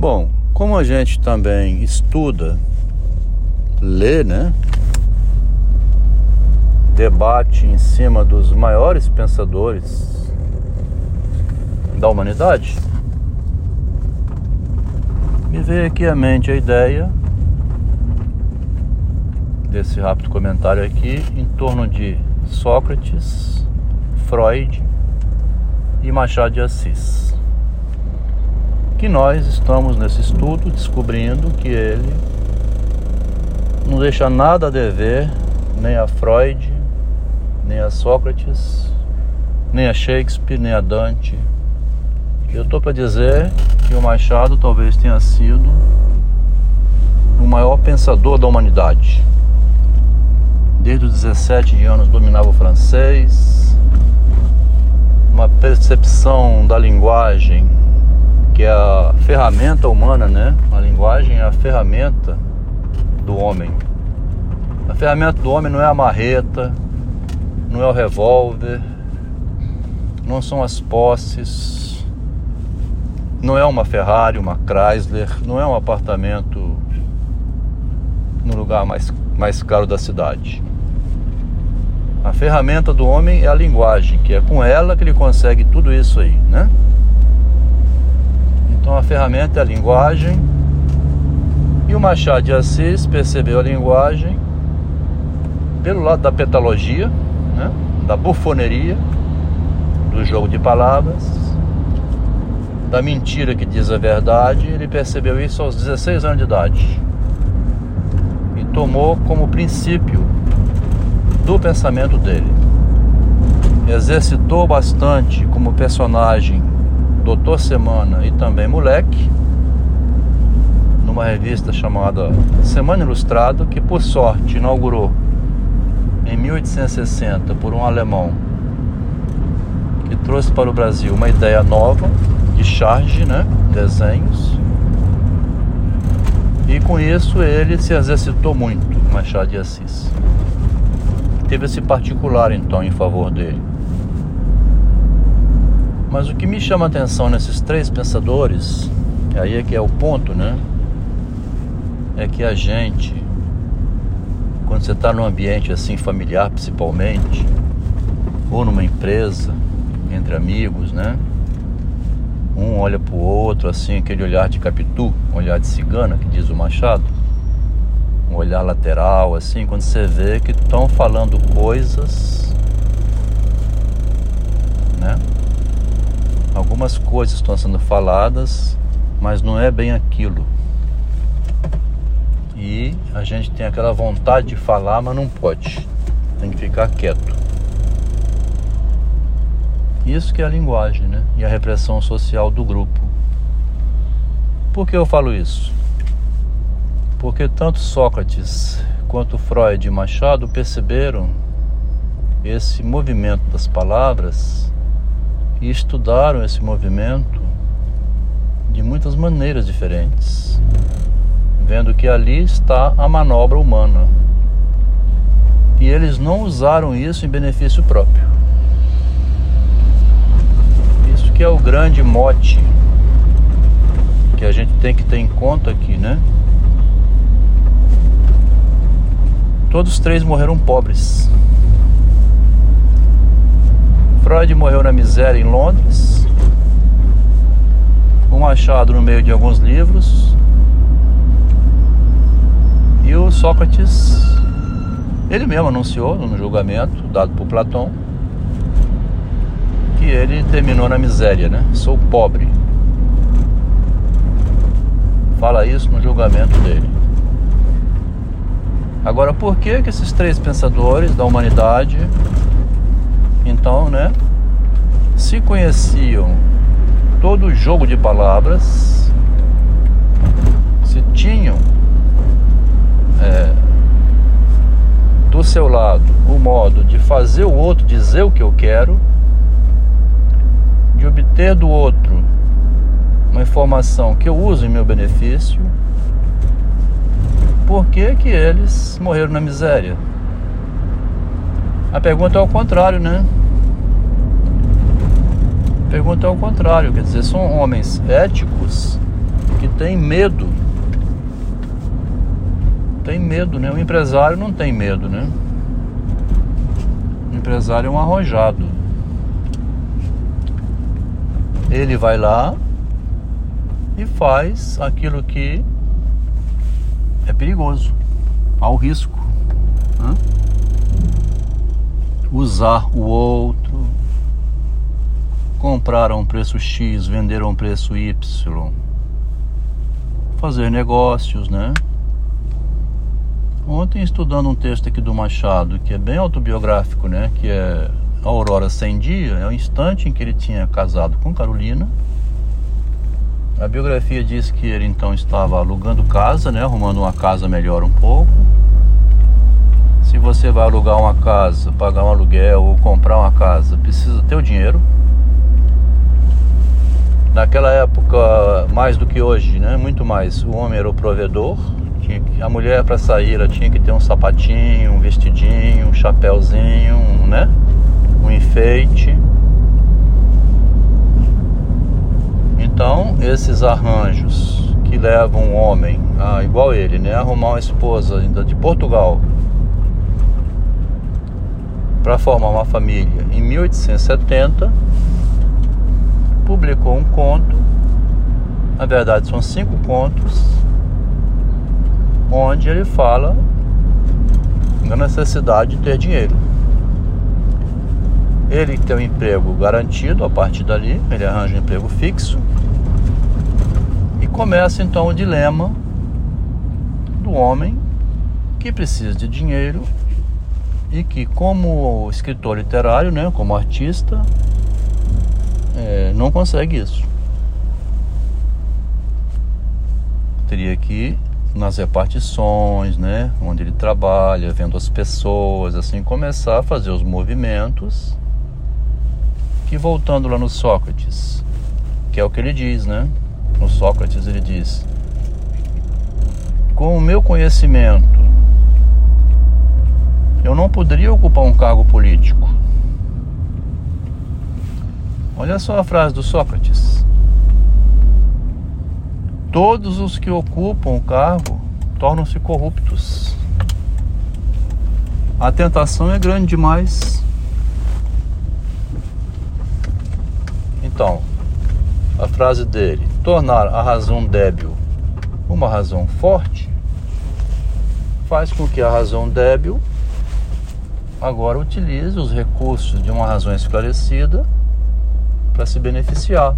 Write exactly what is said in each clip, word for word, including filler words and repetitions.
Bom, como a gente também estuda, lê, né? Debate em cima dos maiores pensadores da humanidade, me veio aqui à mente a ideia desse rápido comentário aqui em torno de Sócrates, Freud e Machado de Assis, que nós estamos nesse estudo descobrindo que ele não deixa nada a dever nem a Freud, nem a Sócrates, nem a Shakespeare, nem a Dante. Eu estou para dizer que o Machado talvez tenha sido o maior pensador da humanidade. Desde os dezessete anos dominava o francês, uma percepção da linguagem, que é a ferramenta humana, né? A linguagem é a ferramenta do homem. A ferramenta do homem não é a marreta, não é o revólver, não são as posses, não é uma Ferrari, uma Chrysler, não é um apartamento no lugar mais, mais caro da cidade. A ferramenta do homem é a linguagem, que é com ela que ele consegue tudo isso aí, né? Então a ferramenta é a linguagem, e o Machado de Assis percebeu a linguagem pelo lado da petalogia, né? Da bufoneria, do jogo de palavras, da mentira que diz a verdade. Ele percebeu isso aos dezesseis anos de idade e tomou como princípio do pensamento dele. Exercitou bastante como personagem doutor Semana e também moleque, numa revista chamada Semana Ilustrada, que por sorte inaugurou em mil oitocentos e sessenta por um alemão que trouxe para o Brasil uma ideia nova de charge, né? Desenhos. E com isso ele se exercitou muito, Machado de Assis. Teve esse particular então em favor dele. Mas o que me chama a atenção nesses três pensadores, aí é que é o ponto, né? É que a gente, quando você está num ambiente assim familiar principalmente, ou numa empresa, entre amigos, né? Um olha pro outro assim, aquele olhar de capitu, um olhar de cigana, que diz o Machado, um olhar lateral assim, quando você vê que estão falando coisas, né? Algumas coisas estão sendo faladas, mas não é bem aquilo. E a gente tem aquela vontade de falar, mas não pode. Tem que ficar quieto. Isso que é a linguagem, né? E a repressão social do grupo. Por que eu falo isso? Porque tanto Sócrates quanto Freud e Machado perceberam esse movimento das palavras e estudaram esse movimento de muitas maneiras diferentes, vendo que ali está a manobra humana. E eles não usaram isso em benefício próprio. Isso que é o grande mote que a gente tem que ter em conta aqui, né? Todos três morreram pobres. Freud morreu na miséria em Londres. O Machado no meio de alguns livros. E o Sócrates, ele mesmo anunciou no julgamento dado por Platão que ele terminou na miséria, né? Sou pobre. Fala isso no julgamento dele. Agora, por que que esses três pensadores da humanidade, então, né, se conheciam todo o jogo de palavras, se tinham é, do seu lado o modo de fazer o outro dizer o que eu quero, de obter do outro uma informação que eu uso em meu benefício, por que que eles morreram na miséria? A pergunta é ao contrário, né? A pergunta é ao contrário, quer dizer, são homens éticos que tem medo. Tem medo, né? O empresário não tem medo, né? O empresário é um arrojado. Ele vai lá e faz aquilo que é perigoso, ao risco, né? Usar o outro, comprar a um preço X, vender a um preço Y, fazer negócios, né? Ontem, estudando um texto aqui do Machado, que é bem autobiográfico, né? Que é a Aurora Sem Dia, é o instante em que ele tinha casado com Carolina. A biografia diz que ele então estava alugando casa, né? Arrumando uma casa melhor um pouco. Se você vai alugar uma casa, pagar um aluguel ou comprar uma casa, precisa ter o dinheiro. Naquela época, mais do que hoje, né? Muito mais, o homem era o provedor. Tinha que, a mulher, para sair, ela tinha que ter um sapatinho, um vestidinho, um chapéuzinho, um, né? Um enfeite. Então, esses arranjos que levam um homem, a, igual ele, né? Arrumar uma esposa ainda de Portugal para formar uma família, em mil oitocentos e setenta, publicou um conto. Na verdade, são cinco contos, onde ele fala da necessidade de ter dinheiro. Ele tem um emprego garantido a partir dali, ele arranja um emprego fixo, e começa então o dilema do homem que precisa de dinheiro e que, como escritor literário, né, como artista, é, não consegue isso. Teria que nas repartições, né, onde ele trabalha, vendo as pessoas, assim, começar a fazer os movimentos que, voltando lá no Sócrates, que é o que ele diz, né? No Sócrates ele diz: com o meu conhecimento, eu não poderia ocupar um cargo político. Olha só a frase do Sócrates: todos os que ocupam o cargo tornam-se corruptos. A tentação é grande demais. Então, a frase dele: tornar a razão débil uma razão forte, faz com que a razão débil agora utilize os recursos de uma razão esclarecida para se beneficiar.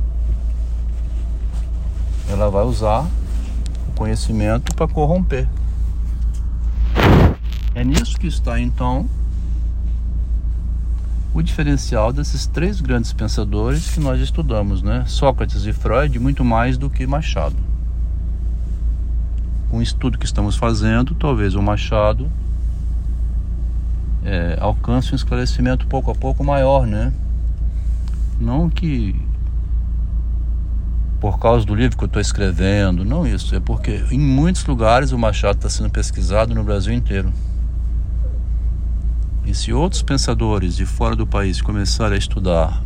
Ela vai usar o conhecimento para corromper. É nisso que está então o diferencial desses três grandes pensadores que nós estudamos, né? Sócrates e Freud, muito mais do que Machado. Com o estudo que estamos fazendo, talvez o Machado é, alcance um esclarecimento pouco a pouco maior, né? Não que por causa do livro que eu estou escrevendo, não isso, é porque em muitos lugares o Machado está sendo pesquisado no Brasil inteiro. E se outros pensadores de fora do país começarem a estudar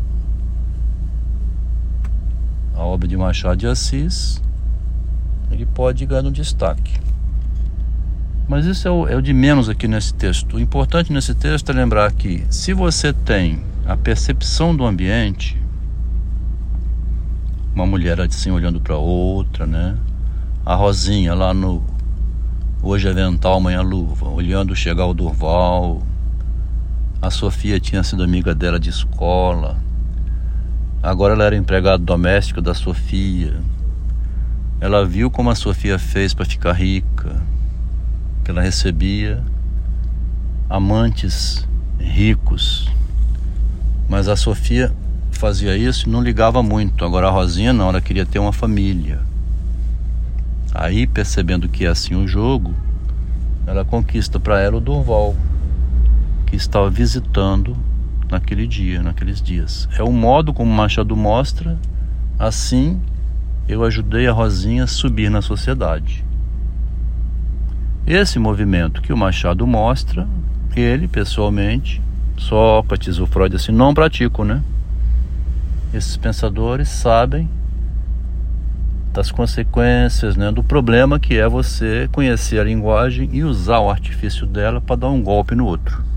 a obra de Machado de Assis, ele pode ganhar um destaque. Mas isso é o, é o de menos aqui nesse texto. O importante nesse texto é lembrar que, se você tem a percepção do ambiente, uma mulher assim olhando para outra, né? A Rosinha lá no hoje é avental, amanhã luva, olhando chegar o Durval. A Sofia tinha sido amiga dela de escola, agora ela era empregada doméstica da Sofia. Ela viu como a Sofia fez para ficar rica, que ela recebia amantes ricos, mas a Sofia fazia isso e não ligava muito. Agora a Rosinha não, ela queria ter uma família. Aí, percebendo que é assim o jogo, ela conquista para ela o Durval, que estava visitando naquele dia, naqueles dias. É o modo como Machado mostra: assim eu ajudei a Rosinha a subir na sociedade. Esse movimento que o Machado mostra, ele pessoalmente, Sócrates, o Freud, assim, não praticam, né? Esses pensadores sabem das consequências, né, do problema que é você conhecer a linguagem e usar o artifício dela para dar um golpe no outro.